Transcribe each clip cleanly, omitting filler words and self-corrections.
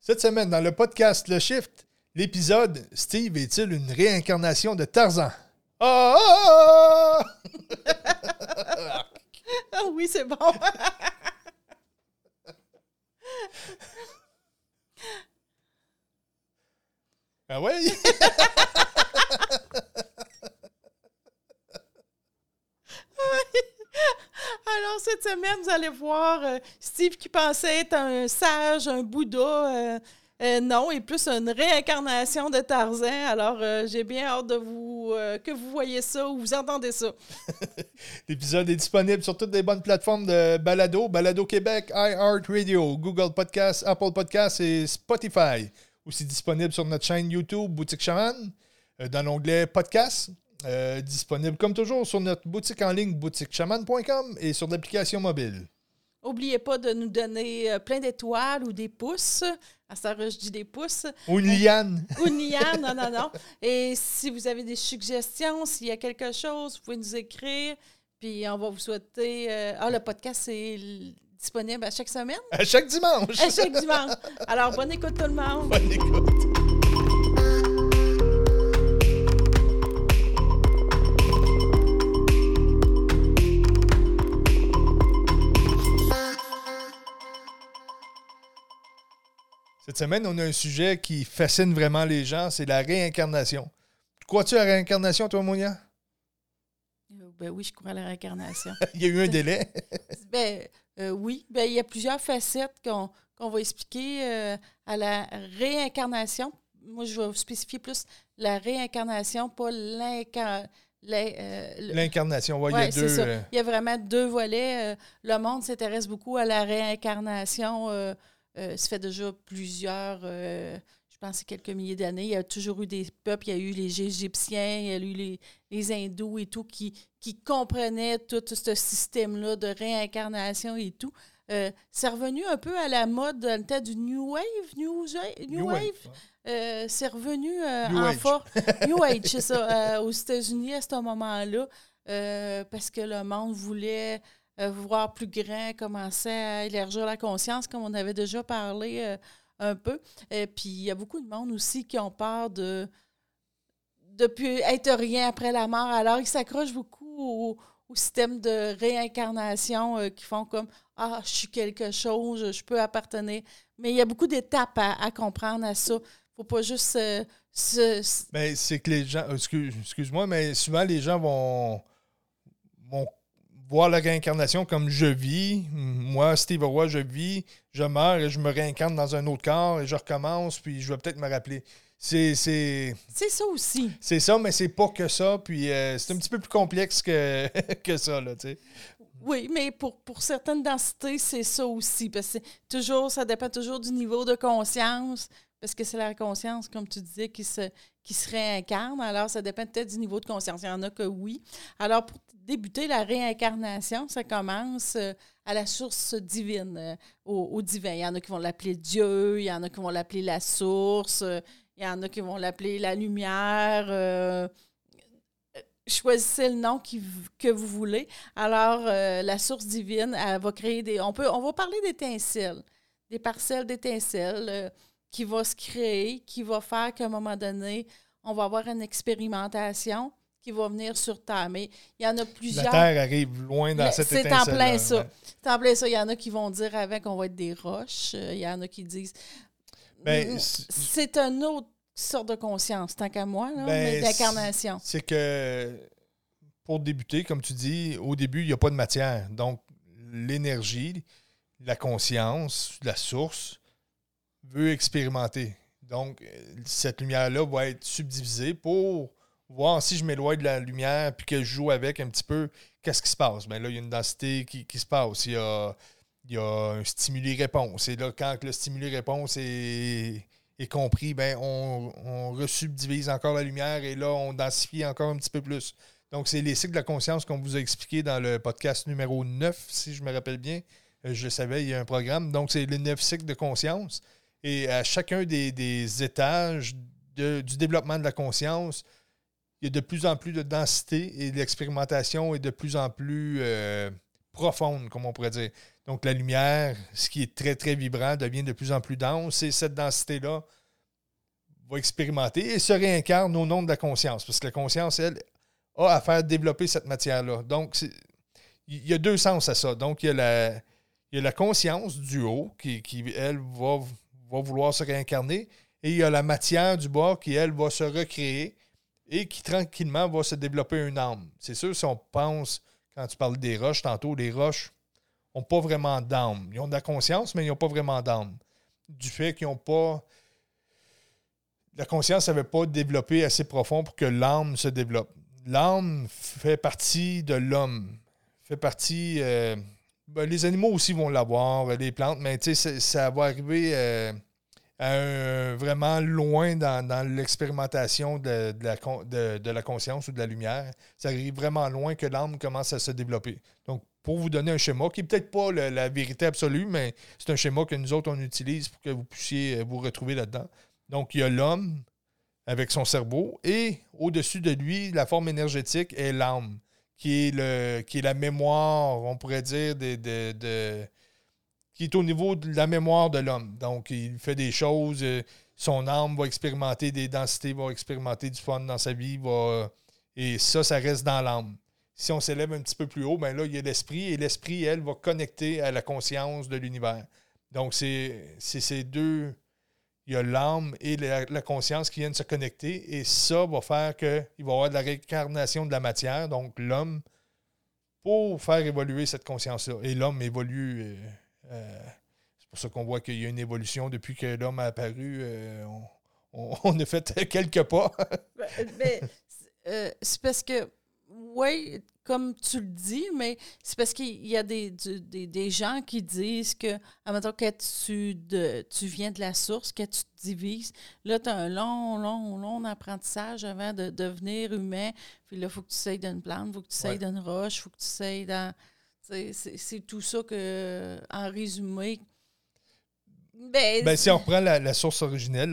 Cette semaine, dans le podcast Le Shift, l'épisode « Steve est-il une réincarnation de Tarzan? » Ah! Ah oui, c'est bon. Ah ouais? Alors, cette semaine, vous allez voir Steve qui pensait être un sage, un Bouddha. Non, et plus une réincarnation de Tarzan. Alors, j'ai bien hâte de que vous voyez ça ou vous entendez ça. L'épisode est disponible sur toutes les bonnes plateformes de balado, Balado Québec, iHeartRadio, Google Podcasts, Apple Podcasts et Spotify. Aussi disponible sur notre chaîne YouTube Boutique Chaman, dans l'onglet Podcasts. Disponible comme toujours sur notre boutique en ligne boutiquechaman.com et sur l'application mobile. N'oubliez pas de nous donner plein d'étoiles ou des pouces. À ce temps-là, je dis des pouces. Ou une liane. Ou une liane, non. Et si vous avez des suggestions, s'il y a quelque chose, vous pouvez nous écrire. Puis on va vous souhaiter... le podcast est disponible à chaque semaine? À chaque dimanche. À chaque dimanche. Alors, bonne écoute tout le monde. Bonne écoute. Cette semaine, on a un sujet qui fascine vraiment les gens, c'est la réincarnation. Crois-tu à la réincarnation, toi, Monia? Ben oui, je crois à la réincarnation. Il y a eu un délai. Oui. Ben, il y a plusieurs facettes qu'on va expliquer à la réincarnation. Moi, je vais spécifier plus la réincarnation, pas l'incarnation, oui, il y a deux. C'est ça. Il y a vraiment deux volets. Le monde s'intéresse beaucoup à la réincarnation. Ça fait déjà plusieurs, je pense, quelques milliers d'années. Il y a toujours eu des peuples. Il y a eu les Égyptiens, il y a eu les Hindous et tout qui comprenaient tout ce système-là de réincarnation et tout. C'est revenu un peu à la mode dans le temps du New Wave. New Wave. Ouais. C'est revenu en force. New Age, c'est ça. Aux États-Unis, à ce moment-là, parce que le monde voulait... voir plus grand, commencer à élargir la conscience, comme on avait déjà parlé un peu. Puis il y a beaucoup de monde aussi qui ont peur de plus être rien après la mort. Alors, ils s'accrochent beaucoup au système de réincarnation qui font comme « Ah, je suis quelque chose, je peux appartenir ». Mais il y a beaucoup d'étapes à comprendre à ça. Il ne faut pas juste Ben, c'est que les gens... Excuse-moi, mais souvent, les gens vont voir la réincarnation comme je vis. Moi, Steve Roy, je vis, je meurs et je me réincarne dans un autre corps et je recommence, puis je vais peut-être me rappeler. C'est ça aussi. C'est ça, mais c'est pas que ça. Puis c'est un petit peu plus complexe que ça, là, tu sais. Oui, mais pour certaines densités, c'est ça aussi. Parce que ça dépend toujours du niveau de conscience. Parce que c'est la conscience, comme tu disais, qui se réincarne. Alors, ça dépend peut-être du niveau de conscience. Il y en a que oui. Alors, pour débuter la réincarnation, ça commence à la source divine, au divin. Il y en a qui vont l'appeler Dieu, il y en a qui vont l'appeler la source, il y en a qui vont l'appeler la lumière. Choisissez le nom que vous voulez. Alors, la source divine, elle va créer on va parler d'étincelles, des parcelles d'étincelles qui va se créer, qui va faire qu'à un moment donné, on va avoir une expérimentation qui va venir sur Terre. Mais il y en a plusieurs. La Terre arrive loin dans cette étincelle. C'est en plein ça. Ouais. C'est en plein ça. Il y en a qui vont dire avant qu'on va être des roches. Il y en a qui disent... c'est une autre sorte de conscience, tant qu'à moi, là, mais d'incarnation. C'est que, pour débuter, comme tu dis, au début, il n'y a pas de matière. Donc, l'énergie, la conscience, la source, veut expérimenter. Donc, cette lumière-là va être subdivisée pour voir si je m'éloigne de la lumière puis que je joue avec un petit peu, qu'est-ce qui se passe? Bien là, il y a une densité qui se passe. Il y a un stimuli-réponse. Et là, quand le stimuli-réponse est compris, bien, on resubdivise encore la lumière et là, on densifie encore un petit peu plus. Donc, c'est les cycles de la conscience qu'on vous a expliqué dans le podcast numéro 9, si je me rappelle bien. Je le savais, il y a un programme. Donc, c'est les 9 cycles de conscience. Et à chacun des étages du développement de la conscience, il y a de plus en plus de densité et l'expérimentation est de plus en plus profonde, comme on pourrait dire. Donc, la lumière, ce qui est très, très vibrant, devient de plus en plus dense. Et cette densité-là va expérimenter et se réincarne au nom de la conscience. Parce que la conscience, elle, a à faire développer cette matière-là. Donc, il y a deux sens à ça. Donc, il y a la conscience du haut qui elle, va vouloir se réincarner. Et il y a la matière du bas qui, elle, va se recréer et qui, tranquillement, va se développer une âme. C'est sûr, si on pense, quand tu parlais des roches tantôt, les roches n'ont pas vraiment d'âme. Ils ont de la conscience, mais ils n'ont pas vraiment d'âme. Du fait qu'ils n'ont pas... La conscience n'avait pas développé assez profond pour que l'âme se développe. L'âme fait partie de l'homme. Fait partie... les animaux aussi vont l'avoir, les plantes, mais ça va arriver vraiment loin dans l'expérimentation de la conscience ou de la lumière. Ça arrive vraiment loin que l'âme commence à se développer. Donc, pour vous donner un schéma, qui n'est peut-être pas la vérité absolue, mais c'est un schéma que nous autres, on utilise pour que vous puissiez vous retrouver là-dedans. Donc, il y a l'homme avec son cerveau et au-dessus de lui, la forme énergétique est l'âme, qui est la mémoire, on pourrait dire, qui est au niveau de la mémoire de l'homme. Donc, il fait des choses, son âme va expérimenter des densités, va expérimenter du fun dans sa vie, et ça reste dans l'âme. Si on s'élève un petit peu plus haut, bien là, il y a l'esprit, et l'esprit, elle, va connecter à la conscience de l'univers. Donc, c'est ces deux... Il y a l'âme et la conscience qui viennent se connecter, et ça va faire qu'il va y avoir de la réincarnation de la matière, donc l'homme, pour faire évoluer cette conscience-là. Et l'homme évolue... c'est pour ça qu'on voit qu'il y a une évolution depuis que l'homme a apparu. On a fait quelques pas. C'est parce que, oui, comme tu le dis, mais c'est parce qu'il y a des gens qui disent que, admettons, quand tu viens de la source, quand tu te divises, là, tu as un long apprentissage avant de devenir humain. Puis là, il faut que tu sailles d'une plante, il faut que tu sailles d'une roche, il faut que tu sailles dans... C'est tout ça que, en résumé... Si on reprend la source originelle,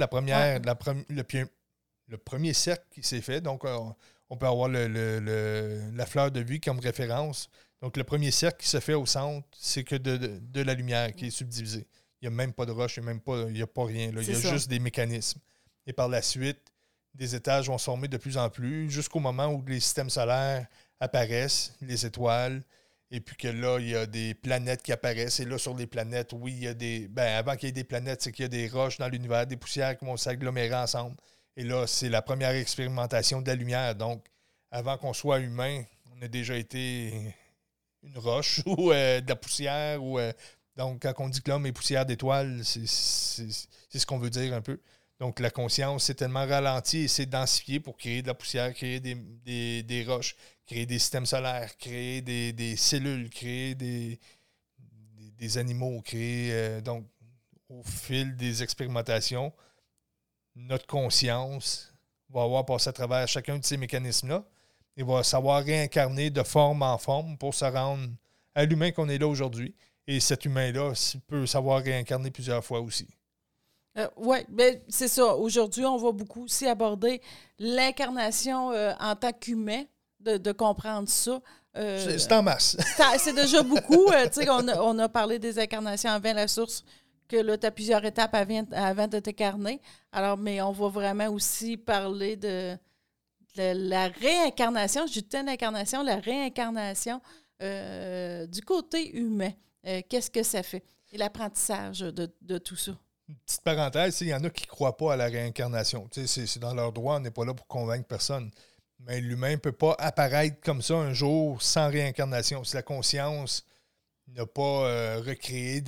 le premier cercle qui s'est fait, donc on peut avoir la fleur de vie comme référence. Donc, le premier cercle qui se fait au centre, c'est que de la lumière qui est subdivisée. Il n'y a même pas de roche, il n'y a pas rien. Là. Il y a juste des mécanismes. Et par la suite, des étages vont se former de plus en plus jusqu'au moment où les systèmes solaires apparaissent, les étoiles, et puis que là, il y a des planètes qui apparaissent. Et là, sur les planètes, oui, il y a des... avant qu'il y ait des planètes, c'est qu'il y a des roches dans l'univers, des poussières qui vont s'agglomérer ensemble. Et là, c'est la première expérimentation de la lumière. Donc, avant qu'on soit humain, on a déjà été une roche ou de la poussière. Donc, quand on dit que l'homme est poussière d'étoiles, c'est ce qu'on veut dire un peu. Donc, la conscience s'est tellement ralentie et s'est densifiée pour créer de la poussière, créer des roches, créer des systèmes solaires, créer des cellules, créer des animaux, créer... donc, au fil des expérimentations, notre conscience va avoir passé à travers chacun de ces mécanismes-là et va savoir réincarner de forme en forme pour se rendre à l'humain qu'on est là aujourd'hui. Et cet humain-là peut savoir réincarner plusieurs fois aussi. Oui, bien, c'est ça. Aujourd'hui, on va beaucoup aussi aborder l'incarnation en tant qu'humain, de comprendre ça. C'est en masse. C'est déjà beaucoup. On a parlé des incarnations avant la source, que là, tu as plusieurs étapes avant de t'incarner. Alors, mais on va vraiment aussi parler de la réincarnation. Je dis l'incarnation, la réincarnation du côté humain. Qu'est-ce que ça fait? Et l'apprentissage de tout ça. Une petite parenthèse, il y en a qui ne croient pas à la réincarnation. C'est dans leur droit, on n'est pas là pour convaincre personne. Mais l'humain ne peut pas apparaître comme ça un jour sans réincarnation. Si la conscience n'a pas recréé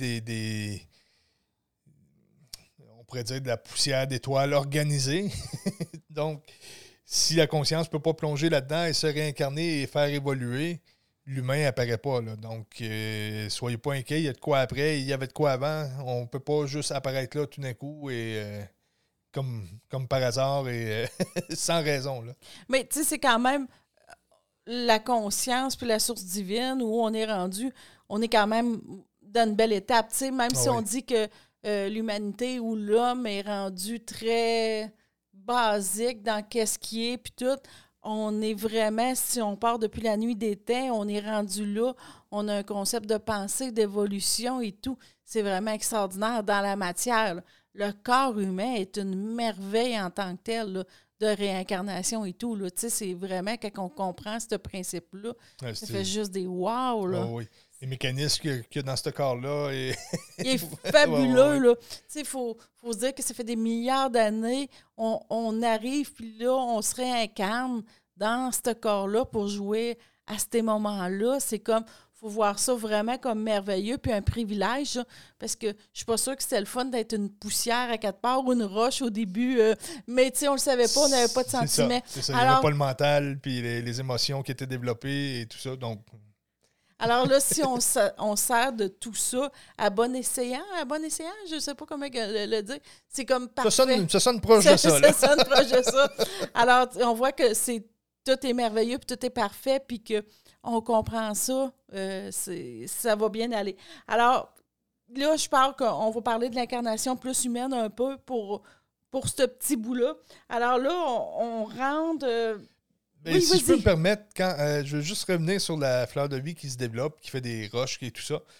on pourrait dire de la poussière d'étoiles organisée. Donc, si la conscience ne peut pas plonger là-dedans et se réincarner et faire évoluer, l'humain n'apparaît pas. Là. Donc, soyez pas inquiets, il y a de quoi après, il y avait de quoi avant. On ne peut pas juste apparaître là tout d'un coup et comme par hasard et sans raison. Là. Mais tu sais, c'est quand même la conscience puis la source divine où on est rendu, on est quand même dans une belle étape. Tu sais, même si on dit que l'humanité ou l'homme est rendu très basique dans qu'est-ce qui est, puis tout, on est vraiment, si on part depuis la nuit des temps, on est rendu là, on a un concept de pensée, d'évolution et tout. C'est vraiment extraordinaire dans la matière, là. Le corps humain est une merveille en tant que tel, là, de réincarnation et tout. Là. Tu sais, c'est vraiment, quand on comprend ce principe-là, ça fait juste des wow, là. Oh, oui. Les mécanismes qu'il y a dans ce corps-là. Il est fabuleux, là. Tu sais, il faut se dire que ça fait des milliards d'années, on arrive, puis là, on se réincarne dans ce corps-là pour jouer à ces moments-là. C'est comme, il faut voir ça vraiment comme merveilleux, puis un privilège, là, parce que je suis pas sûre que c'était le fun d'être une poussière à quatre parts ou une roche au début, mais tu sais, on le savait pas, on n'avait pas de sentiments. C'est ça, il n'y avait pas le mental, puis les émotions qui étaient développées et tout ça, donc... Alors là, si on sert de tout ça à bon escient, je ne sais pas comment le dire, c'est comme parfait. Ça sonne proche de ça, là. Ça sonne proche de ça. Alors, on voit que tout est merveilleux, puis tout est parfait, puis qu'on comprend ça, ça va bien aller. Alors, là, je parle qu'on va parler de l'incarnation plus humaine un peu pour ce petit bout-là. Alors là, on rentre... Mais si je peux me permettre, je veux juste revenir sur la fleur de vie qui se développe, qui fait des roches et tout ça.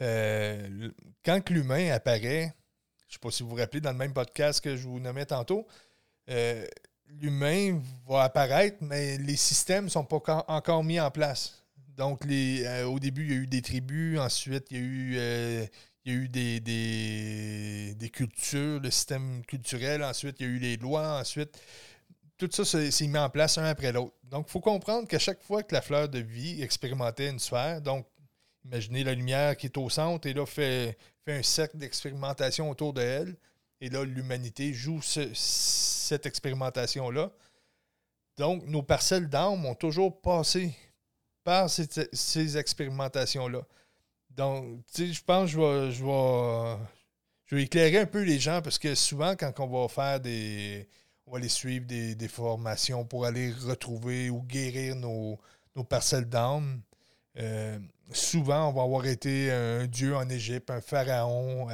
Quand l'humain apparaît, je ne sais pas si vous vous rappelez, dans le même podcast que je vous nommais tantôt, l'humain va apparaître, mais les systèmes ne sont pas encore mis en place. Donc, au début, il y a eu des tribus, ensuite, il y a eu des cultures, le système culturel, ensuite, il y a eu les lois, ensuite... Tout ça s'est mis en place un après l'autre. Donc, il faut comprendre qu'à chaque fois que la fleur de vie expérimentait une sphère, donc, imaginez la lumière qui est au centre et là, fait un cercle d'expérimentation autour de elle. Et là, l'humanité joue cette expérimentation-là. Donc, nos parcelles d'âme ont toujours passé par ces expérimentations-là. Donc, tu sais, je pense que je vais éclairer un peu les gens parce que souvent, quand on va faire on va aller suivre des formations pour aller retrouver ou guérir nos parcelles d'âme. Souvent, on va avoir été un dieu en Égypte, un pharaon.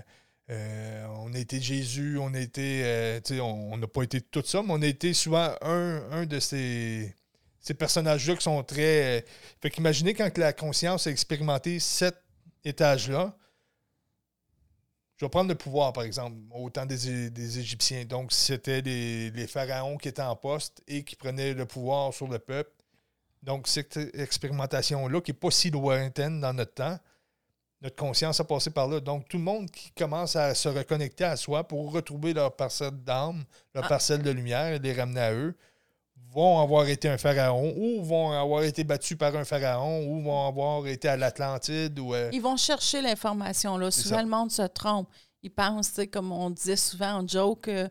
On a été Jésus, on a été... on n'a pas été tout ça, mais on a été souvent un de ces personnages-là qui sont très... fait qu'imaginez quand la conscience a expérimenté cet étage-là. Je vais prendre le pouvoir, par exemple, au temps des Égyptiens. Donc, c'était les pharaons qui étaient en poste et qui prenaient le pouvoir sur le peuple. Donc, cette expérimentation-là, qui n'est pas si lointaine dans notre temps, notre conscience a passé par là. Donc, tout le monde qui commence à se reconnecter à soi pour retrouver leur parcelle d'âme, leur parcelle de lumière et les ramener à eux, vont avoir été un pharaon ou vont avoir été battus par un pharaon ou vont avoir été à l'Atlantide. Ils vont chercher l'information. Là. Souvent, le monde se trompe. Ils pensent, comme on disait souvent en joke, il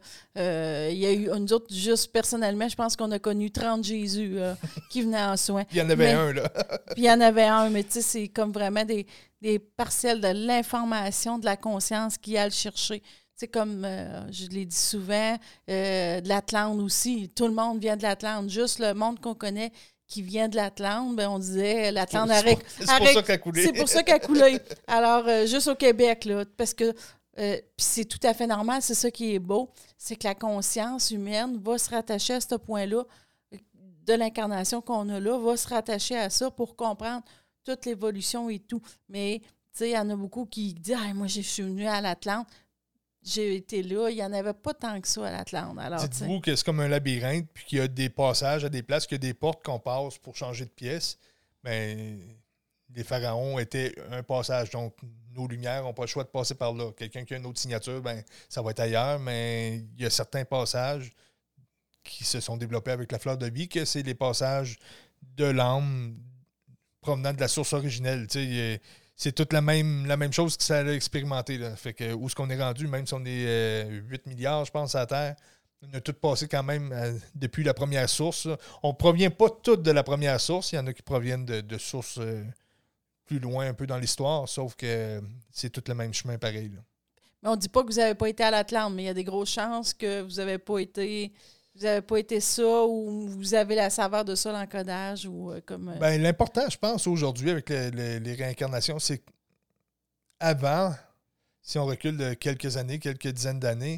y a eu nous autres, juste personnellement, je pense qu'on a connu 30 Jésus qui venaient en soins. Il y en avait un, là. Puis il y en avait un, mais tu sais, c'est comme vraiment des parcelles de l'information, de la conscience qui a le chercher. C'est comme, je l'ai dit souvent, de l'Atlante aussi. Tout le monde vient de l'Atlante. Juste le monde qu'on connaît qui vient de l'Atlante, ben on disait l'Atlante arrête. C'est pour ça qu'elle a coulé. C'est pour ça qu'elle a coulé. Alors, juste au Québec, là, parce que puis c'est tout à fait normal, c'est ça qui est beau, c'est que la conscience humaine va se rattacher à ce point-là de l'incarnation qu'on a là, va se rattacher à ça pour comprendre toute l'évolution et tout. Mais, tu sais, il y en a beaucoup qui disent « Ah, moi, je suis venu à l'Atlante. » J'ai été là, il n'y en avait pas tant que ça à l'Atlante. Dites-vous que c'est comme un labyrinthe, puis qu'il y a des passages à des places, qu'il y a des portes qu'on passe pour changer de pièce. Mais les pharaons étaient un passage. Donc, nos lumières n'ont pas le choix de passer par là. Quelqu'un qui a une autre signature, ben ça va être ailleurs, mais il y a certains passages qui se sont développés avec la fleur de vie, que c'est les passages de l'âme provenant de la source originelle. Tu sais, c'est toute la même chose que ça a expérimenté. Là. Fait que où est-ce qu'on est rendu, même si on est 8 milliards, je pense, à la Terre, on a tout passé quand même depuis la première source. Là. On ne provient pas toutes de la première source. Il y en a qui proviennent de sources plus loin un peu dans l'histoire, sauf que c'est tout le même chemin pareil. Là. Mais on ne dit pas que vous n'avez pas été à l'Atlante, mais il y a des grosses chances que vous n'avez pas été... Vous n'avez pas été ça ou vous avez la saveur de ça, l'encodage ou comme... Ben, l'important, je pense, aujourd'hui, avec les réincarnations, c'est qu'avant, si on recule de quelques années, quelques dizaines d'années,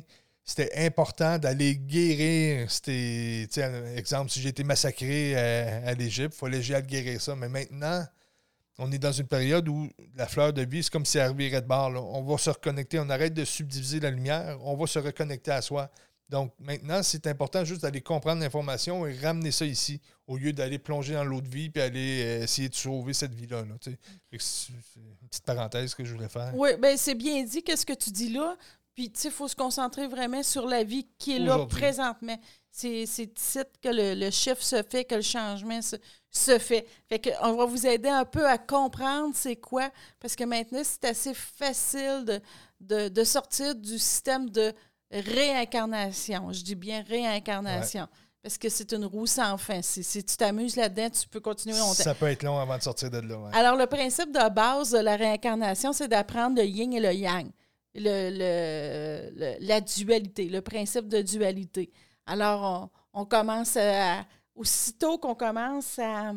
c'était important d'aller guérir. Exemple, si j'ai été massacré à l'Égypte, il fallait que j'aille guérir ça. Mais maintenant, on est dans une période où la fleur de vie, c'est comme si elle revirait de bord. Là. On va se reconnecter, on arrête de subdiviser la lumière, on va se reconnecter à soi. Donc maintenant, c'est important juste d'aller comprendre l'information et ramener ça ici, au lieu d'aller plonger dans l'autre vie et aller essayer de sauver cette vie-là. Là, c'est une petite parenthèse que je voulais faire. Oui, bien, c'est bien dit, qu'est-ce que tu dis là. Puis, tu sais, il faut se concentrer vraiment sur la vie qui est là présentement. C'est ici que le chiffre se fait, que le changement se fait. Fait qu'on va vous aider un peu à comprendre c'est quoi, parce que maintenant, c'est assez facile de sortir du système de réincarnation. Je dis bien réincarnation. Ouais. Parce que c'est une roue sans fin. Si tu t'amuses là-dedans, tu peux continuer longtemps. Ça peut être long avant de sortir de là. Ouais. Alors, le principe de base de la réincarnation, c'est d'apprendre le yin et le yang. La dualité, le principe de dualité. Alors, on commence aussitôt qu'on commence à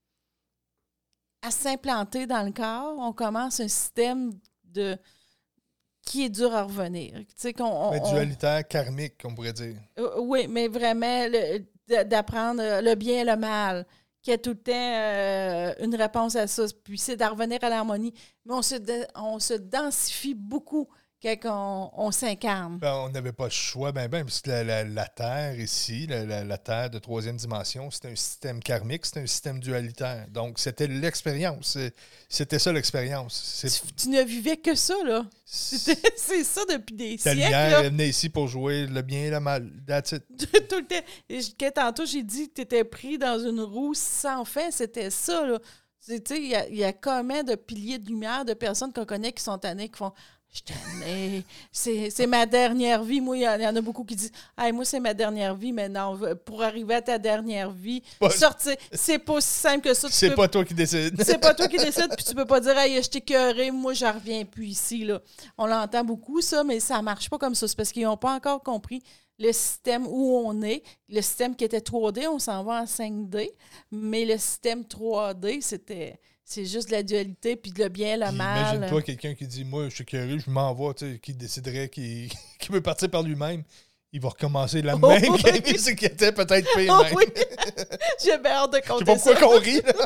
s'implanter dans le corps, on commence un système qui est dur à revenir. Tu sais, dualitaire, karmique, on pourrait dire. Oui, mais vraiment d'apprendre le bien et le mal, qui a tout le temps une réponse à ça. Puis c'est de revenir à l'harmonie. Mais on se densifie beaucoup quand on s'incarne. On n'avait pas le choix, parce que la Terre ici, la Terre de troisième dimension, c'était un système karmique, c'était un système dualitaire. Donc, c'était l'expérience. C'était ça, l'expérience. Tu ne vivais que ça, là. C'est ça depuis des siècles. Ta lumière venait ici pour jouer le bien et le mal. That's it. Tout le temps. Et tantôt, j'ai dit que tu étais pris dans une roue sans fin. C'était ça, là. Tu sais, il y a combien de piliers de lumière de personnes qu'on connaît qui sont tannées, qui font... Je t'aime, c'est ma dernière vie. Moi, il y en a beaucoup qui disent « Hey, moi, c'est ma dernière vie, mais non, pour arriver à ta dernière vie, sortir, c'est pas aussi simple que ça. C'est pas toi qui décides. C'est pas toi qui décides, puis tu peux pas dire « Hey, je t'ai écœuré, moi, je reviens plus ici. » là. On l'entend beaucoup, ça, mais ça marche pas comme ça. C'est parce qu'ils n'ont pas encore compris le système où on est. Le système qui était 3D, on s'en va en 5D, mais le système 3D, c'est juste de la dualité, puis le bien, le mal. Imagine-toi quelqu'un qui dit « Moi, je suis curieux, je m'en vais », qui déciderait qui veut partir par lui-même. Il va recommencer la même game, ce qui était peut-être pire même. Oui. J'ai bien hâte de compter ça. Je sais pas pourquoi qu'on rit, là.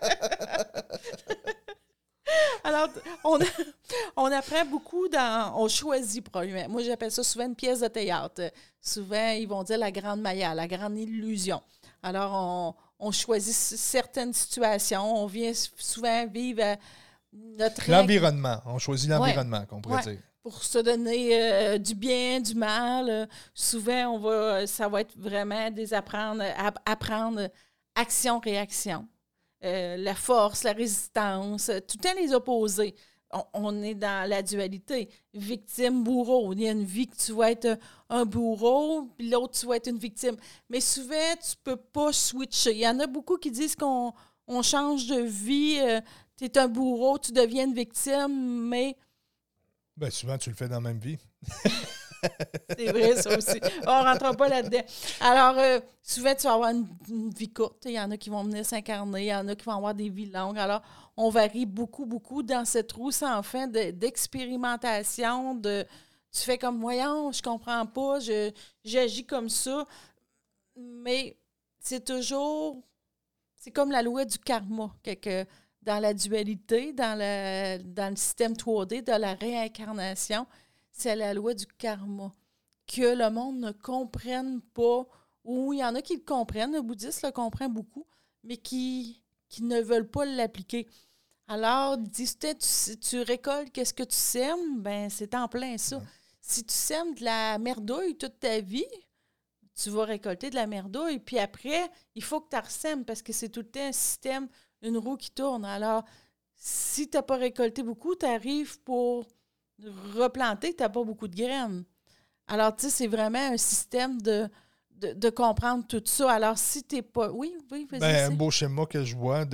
Alors, on apprend beaucoup on choisit probablement. Moi, j'appelle ça souvent une pièce de théâtre. Souvent, ils vont dire la grande Maya, la grande illusion. Alors, on choisit certaines situations. On vient souvent vivre notre... L'environnement. On choisit l'environnement, qu'on pourrait dire. Pour se donner du bien, du mal. Souvent, ça va être vraiment apprendre action-réaction. La force, la résistance, tout le temps les opposés. On est dans la dualité. Victime-bourreau. Il y a une vie que tu vas être un bourreau, puis l'autre, tu vas être une victime. Mais souvent, tu ne peux pas switcher. Il y en a beaucoup qui disent qu'on change de vie. Tu es un bourreau, tu deviens une victime, mais... souvent, tu le fais dans la même vie. C'est vrai, ça aussi. On ne rentre pas là-dedans. Alors, souvent, tu vas avoir une vie courte. Il y en a qui vont venir s'incarner. Il y en a qui vont avoir des vies longues. Alors, on varie beaucoup, beaucoup dans cette roue sans fin d'expérimentation. Tu fais comme, voyons, je comprends pas, j'agis comme ça. Mais c'est toujours... C'est comme la loi du karma. Dans la dualité, dans le système 3D, de la réincarnation, c'est la loi du karma. Que le monde ne comprenne pas, ou il y en a qui le comprennent, le bouddhiste le comprend beaucoup, mais qui ne veulent pas l'appliquer. Alors, tu récoltes qu'est-ce que tu sèmes, ben c'est en plein ça. Ouais. Si tu sèmes de la merdouille toute ta vie, tu vas récolter de la merdouille, puis après, il faut que tu ressèmes, parce que c'est tout le temps un système, une roue qui tourne. Alors, si tu n'as pas récolté beaucoup, tu arrives pour replanter, tu n'as pas beaucoup de graines. Alors, tu sais, c'est vraiment un système de comprendre tout ça. Alors, si tu n'es pas... Oui, vas-y. Un beau schéma que je vois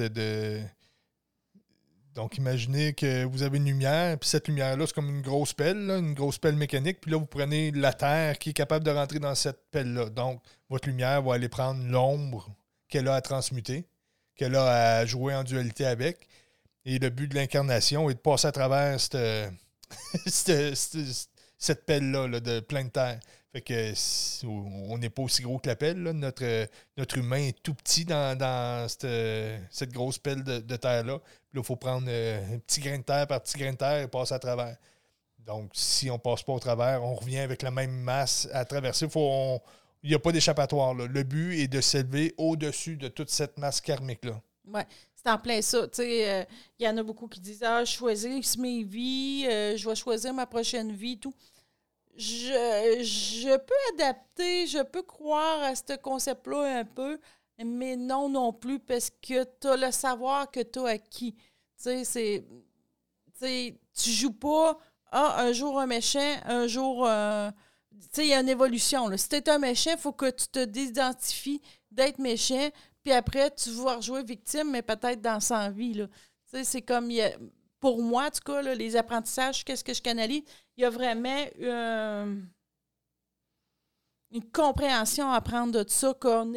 Donc, imaginez que vous avez une lumière, puis cette lumière-là, c'est comme une grosse pelle mécanique, puis là, vous prenez la Terre qui est capable de rentrer dans cette pelle-là. Donc, votre lumière va aller prendre l'ombre qu'elle a à transmuter, qu'elle a à jouer en dualité avec. Et le but de l'incarnation est de passer à travers cette pelle-là là, de plein de terre. Fait que on n'est pas aussi gros que la pelle. Là. Notre humain est tout petit dans cette grosse pelle de terre-là. Puis là, il faut prendre un petit grain de terre par petit grain de terre et passer à travers. Donc, si on ne passe pas au travers, on revient avec la même masse à traverser. Il n'y a pas d'échappatoire. Là. Le but est de s'élever au-dessus de toute cette masse karmique-là. Oui, c'est en plein ça. Il y en a beaucoup qui disent « Ah, je choisis mes vies, je vais choisir ma prochaine vie, tout. » Je peux adapter, je peux croire à ce concept-là un peu, mais non plus, parce que tu as le savoir que tu as acquis. Tu joues pas un jour un méchant, un jour... il y a une évolution. Là. Si tu es un méchant, il faut que tu te désidentifies d'être méchant, puis après, tu vas rejouer victime, mais peut-être dans 100 vies. Là. C'est comme... Pour moi, en tout cas, là, les apprentissages, qu'est-ce que je canalise? Il y a vraiment une compréhension à prendre de ça,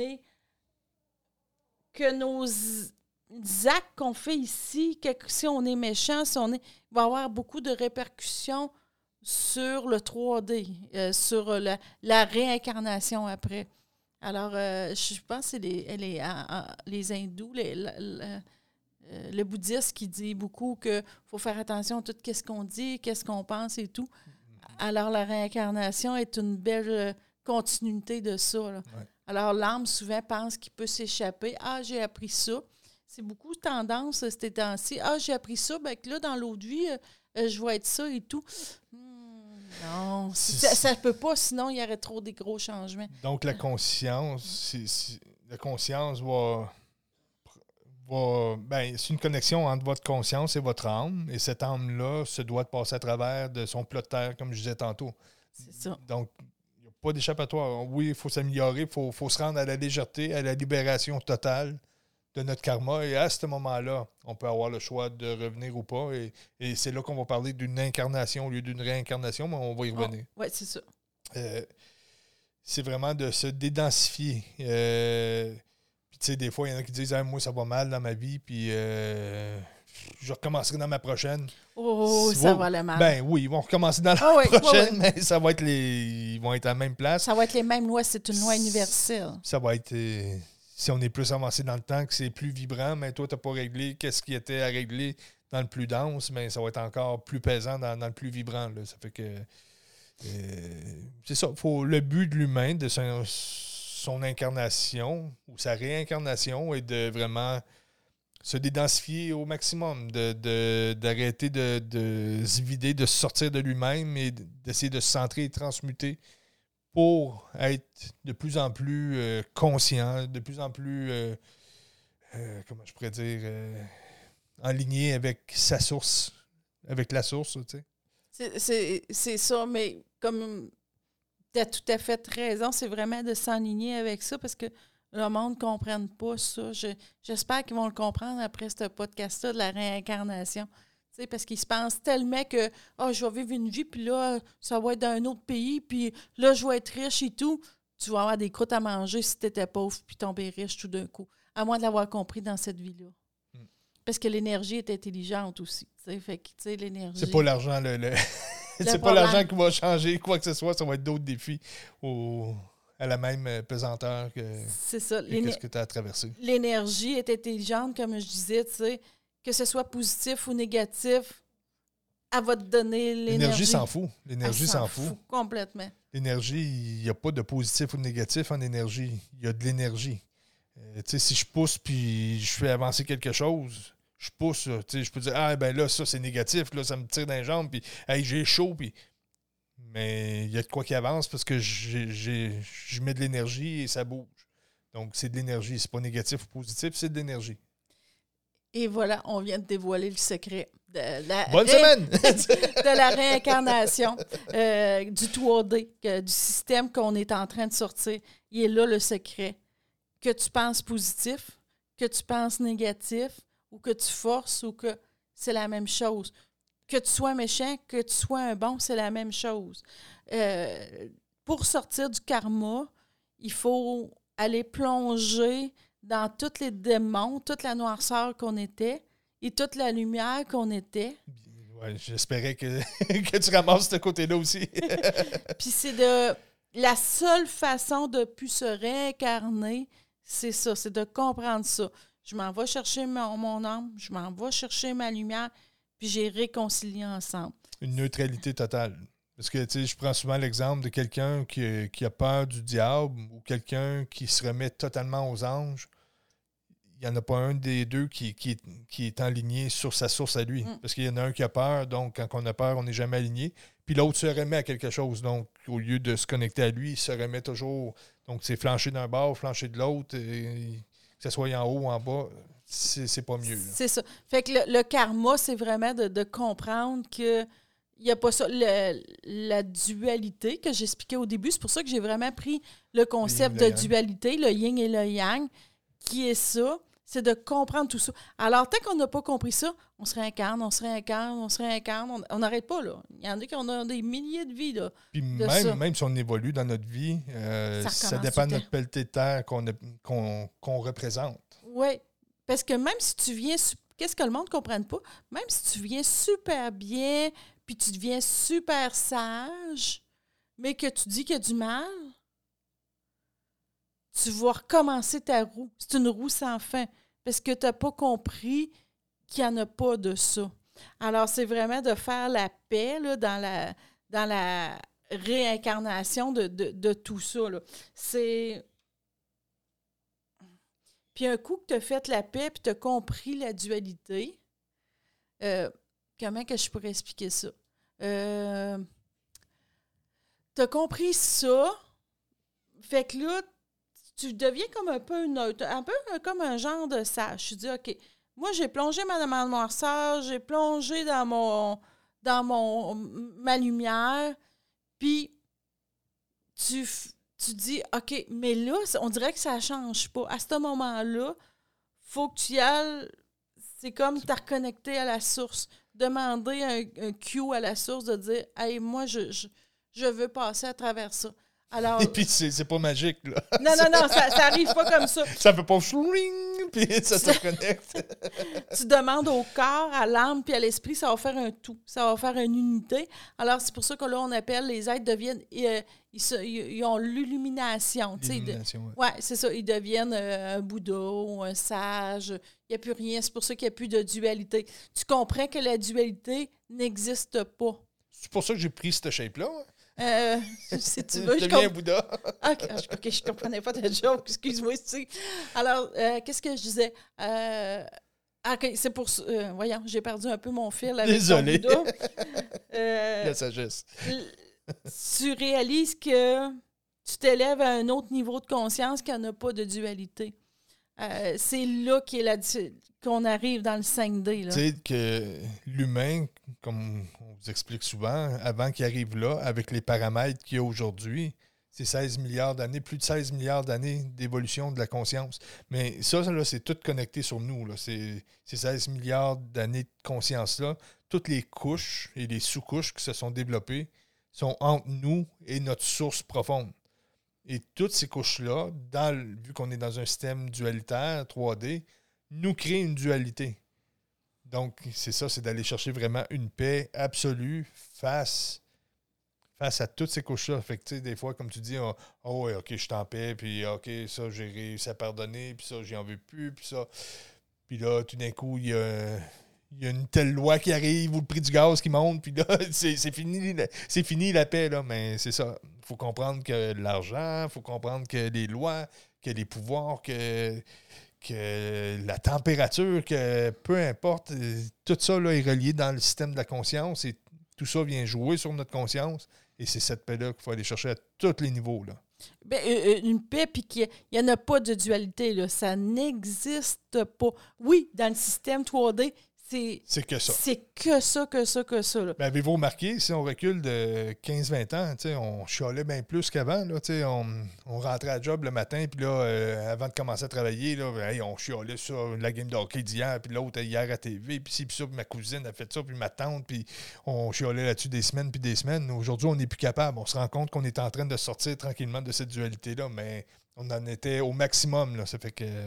que nos actes qu'on fait ici, si on est méchant, il va y avoir beaucoup de répercussions sur le 3D, sur la réincarnation après. Alors, je pense que c'est les hindous, le bouddhiste qui dit beaucoup qu'il faut faire attention à tout ce qu'on dit, qu'est-ce qu'on pense et tout. Alors, la réincarnation est une belle continuité de ça. Là. Ouais. Alors, l'âme souvent pense qu'il peut s'échapper. « Ah, j'ai appris ça. » C'est beaucoup tendance ces temps-ci. « Ah, j'ai appris ça, bien que là, dans l'autre vie, je vais être ça et tout. » Non, ça ne peut pas, sinon il y aurait trop des gros changements. Donc, la conscience, la conscience c'est une connexion entre votre conscience et votre âme, et cette âme-là se doit de passer à travers de son plat de terre, comme je disais tantôt. C'est ça. Donc, il n'y a pas d'échappatoire. Oui, il faut s'améliorer, il faut se rendre à la légèreté, à la libération totale de notre karma, et à ce moment-là, on peut avoir le choix de revenir ou pas, et c'est là qu'on va parler d'une incarnation au lieu d'une réincarnation, mais on va y revenir. Oui, c'est ça. C'est vraiment de se dédensifier. Tu sais, des fois, il y en a qui disent moi, ça va mal dans ma vie, puis je recommencerai dans ma prochaine. Ça va aller mal. Ben oui, ils vont recommencer dans la prochaine, mais ça va être ils vont être à la même place. Ça va être les mêmes lois, c'est une loi universelle. Ça va être, si on est plus avancé dans le temps, que c'est plus vibrant, mais toi, tu n'as pas réglé qu'est-ce qui était à régler dans le plus dense, mais ça va être encore plus pesant dans le plus vibrant. Là. Ça fait que... c'est ça. Le but de l'humain, de son incarnation ou sa réincarnation est de vraiment se dédensifier au maximum, d'arrêter de se vider, de sortir de lui-même et d'essayer de se centrer et transmuter pour être de plus en plus conscient, de plus en plus, comment je pourrais dire, aligné avec sa source, avec la source, tu sais. C'est ça, mais comme tu as tout à fait raison, c'est vraiment de s'enligner avec ça parce que le monde ne comprenne pas ça. J'espère qu'ils vont le comprendre après ce podcast-là de la réincarnation. Tu sais, parce qu'ils se pensent tellement que je vais vivre une vie, puis là, ça va être dans un autre pays, puis là, je vais être riche et tout. Tu vas avoir des croûtes à manger si tu étais pauvre puis tomber riche tout d'un coup. À moins de l'avoir compris dans cette vie-là. Parce que l'énergie est intelligente aussi. Fait que, l'énergie... C'est pas l'argent, c'est pas l'argent qui va changer quoi que ce soit, ça va être d'autres défis à la même pesanteur que ce que tu as traversé. L'énergie est intelligente, comme je disais, tu sais, que ce soit positif ou négatif, elle va te donner l'énergie. L'énergie s'en fout. L'énergie s'en fout. Complètement. L'énergie, il n'y a pas de positif ou de négatif en énergie. Il y a de l'énergie. Tu sais, si je pousse puis je fais avancer quelque chose, je pousse, tu sais, je peux dire, ben là, ça, c'est négatif, là, ça me tire dans les jambes, puis j'ai chaud, puis... Mais il y a de quoi qui avance parce que je mets de l'énergie et ça bouge. Donc, c'est de l'énergie. C'est pas négatif ou positif, c'est de l'énergie. Et voilà, on vient de dévoiler le secret de la, Bonne semaine! de la réincarnation du 3D, du système qu'on est en train de sortir. Il est là le secret. Que tu penses positif, que tu penses négatif, ou que tu forces, ou que c'est la même chose. Que tu sois méchant, que tu sois un bon, c'est la même chose. Pour sortir du karma, il faut aller plonger dans tous les démons, toute la noirceur qu'on était et toute la lumière qu'on était. Ouais, j'espérais que, que tu ramasses ce côté-là aussi. Puis c'est de... La seule façon de plus se réincarner, c'est ça, c'est de comprendre ça. Je m'en vais chercher mon âme, je m'en vais chercher ma lumière, puis j'ai réconcilié ensemble. Une neutralité totale. Parce que, tu sais, je prends souvent l'exemple de quelqu'un qui a peur du diable ou quelqu'un qui se remet totalement aux anges. Il n'y en a pas un des deux qui est aligné sur sa source à lui. Parce qu'il y en a un qui a peur, donc quand on a peur, on n'est jamais aligné. Puis l'autre se remet à quelque chose. Donc, au lieu de se connecter à lui, il se remet toujours. Donc, c'est flancher d'un bord, flancher de l'autre, que ce soit en haut ou en bas, c'est pas mieux. Là. C'est ça. Fait que le karma, c'est vraiment de comprendre que il n'y a pas ça. La dualité que j'expliquais au début, c'est pour ça que j'ai vraiment pris le concept de dualité, le yin et le yang, qui est ça. C'est de comprendre tout ça. Alors, tant qu'on n'a pas compris ça, on se réincarne, on n'arrête pas, là. Il y en a qui ont des milliers de vies, là. Puis même si on évolue dans notre vie, ça dépend de notre pelleté de terre qu'on représente. Oui, parce que même si tu viens... Qu'est-ce que le monde ne comprenne pas? Même si tu viens super bien, puis tu deviens super sage, mais que tu dis qu'il y a du mal, tu vas recommencer ta roue. C'est une roue sans fin. Parce que tu n'as pas compris qu'il n'y en a pas de ça. Alors, c'est vraiment de faire la paix là, dans la réincarnation de tout ça. Là. C'est... Puis un coup que tu as fait la paix puis tu as compris la dualité, comment que je pourrais expliquer ça? Tu as compris ça, fait que là, tu deviens comme un peu neutre, un peu comme un genre de sage. Je dis, OK, moi, j'ai plongé ma noirceur, j'ai plongé dans ma lumière, puis tu dis, OK, mais là, on dirait que ça ne change pas. À ce moment-là, il faut que tu y ailles, c'est comme t'as reconnecté à la source. Demander un cue à la source de dire, hey, moi, je veux passer à travers ça. Alors, et puis, c'est pas magique, là. Non, ça arrive pas comme ça. Ça fait pas chouing, puis ça se connecte. Tu demandes au corps, à l'âme, puis à l'esprit, ça va faire un tout. Ça va faire une unité. Alors, c'est pour ça que là, on appelle les êtres deviennent... Ils ont l'illumination. L'illumination, ouais, c'est ça. Ils deviennent un Bouddha ou un sage. Il n'y a plus rien. C'est pour ça qu'il n'y a plus de dualité. Tu comprends que la dualité n'existe pas. C'est pour ça que j'ai pris cette shape-là. Si tu veux, je Bouddha. OK, je comprenais pas ta joke, excuse-moi. Alors, qu'est-ce que je disais? OK, c'est pour ça. Voyons, j'ai perdu un peu mon fil avec Désolé. Bouddha. La sagesse. Tu réalises que tu t'élèves à un autre niveau de conscience qu'il n'y en a pas de dualité. C'est là qu'on arrive dans le 5D. Tu sais que l'humain, comme on vous explique souvent, avant qu'il arrive là, avec les paramètres qu'il y a aujourd'hui, c'est 16 milliards d'années, plus de 16 milliards d'années d'évolution de la conscience. Mais ça là, c'est tout connecté sur nous. Là. Ces 16 milliards d'années de conscience-là, toutes les couches et les sous-couches qui se sont développées sont entre nous et notre source profonde. Et toutes ces couches-là, vu qu'on est dans un système dualitaire, 3D, nous créent une dualité. Donc, c'est ça, c'est d'aller chercher vraiment une paix absolue face à toutes ces couches-là. Fait que, tu sais, des fois, comme tu dis, oh, ouais, OK, je suis en paix, puis OK, ça, j'ai réussi à pardonner, puis ça, j'en veux plus, puis ça. Puis là, tout d'un coup, il y a une telle loi qui arrive ou le prix du gaz qui monte, puis là, c'est fini la paix, là. Mais c'est ça. Il faut comprendre que l'argent, il faut comprendre que les lois, que les pouvoirs, que la température, que peu importe, tout ça là, est relié dans le système de la conscience et tout ça vient jouer sur notre conscience. Et c'est cette paix-là qu'il faut aller chercher à tous les niveaux, là. Bien, une paix, puis qu'il n'y en a pas de dualité, là. Ça n'existe pas. Oui, dans le système 3D, c'est que ça. C'est que ça. Là. Ben, avez-vous remarqué, si on recule de 15-20 ans, on chialait bien plus qu'avant. Là, on rentrait à job le matin, puis là, avant de commencer à travailler, là, on chialait sur la game de hockey d'hier, puis l'autre hier à TV, puis ci, puis ça, puis ma cousine a fait ça, puis ma tante, puis on chialait là-dessus des semaines, puis des semaines. Aujourd'hui, on n'est plus capable. On se rend compte qu'on est en train de sortir tranquillement de cette dualité-là, mais on en était au maximum. Là, ça fait que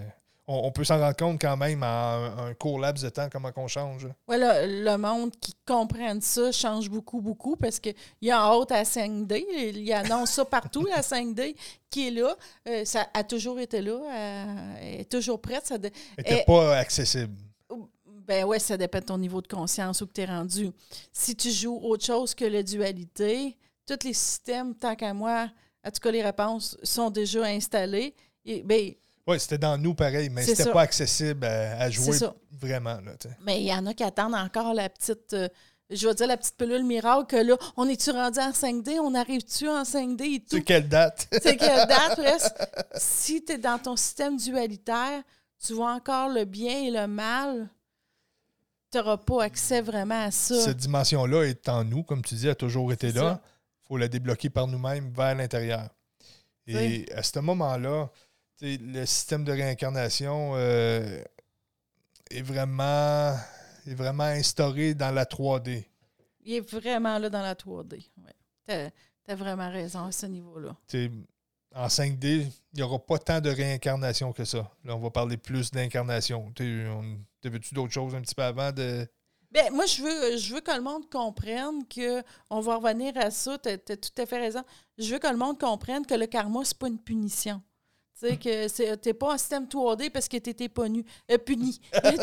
on peut s'en rendre compte quand même en un court laps de temps, comment on change. Voilà, le monde qui comprenne ça change beaucoup, beaucoup, parce qu'il y a en haute à 5D, il annonce ça partout, la 5D, qui est là. Ça a toujours été là, elle est toujours prête. Elle n'était pas accessible. Ben ouais, ça dépend de ton niveau de conscience où tu es rendu. Si tu joues autre chose que la dualité, tous les systèmes, tant qu'à moi, en tout cas, les réponses sont déjà installées. Oui, c'était dans nous pareil, mais c'était pas accessible à jouer vraiment. Là, mais il y en a qui attendent encore la petite, je vais dire la petite pilule miracle, que là, on est-tu rendu en 5D, on arrive-tu en 5D et tout? C'est quelle date? C'est quelle date, presque? Si tu es dans ton système dualitaire, tu vois encore le bien et le mal, tu n'auras pas accès vraiment à ça. Cette dimension-là est en nous, comme tu dis, a toujours été là. Il faut la débloquer par nous-mêmes vers l'intérieur. Et à ce moment-là, le système de réincarnation est vraiment instauré dans la 3D. Il est vraiment là dans la 3D. Ouais. Tu as vraiment raison à ce niveau-là. En 5D, il n'y aura pas tant de réincarnation que ça. Là, on va parler plus d'incarnation. T'avais-tu d'autres choses un petit peu avant de... Bien, moi, je veux que le monde comprenne que... On va revenir à ça, tu as tout à fait raison. Je veux que le monde comprenne que le karma, c'est pas une punition. Tu sais, que t'es pas en système 3D parce que t'étais puni. Puni.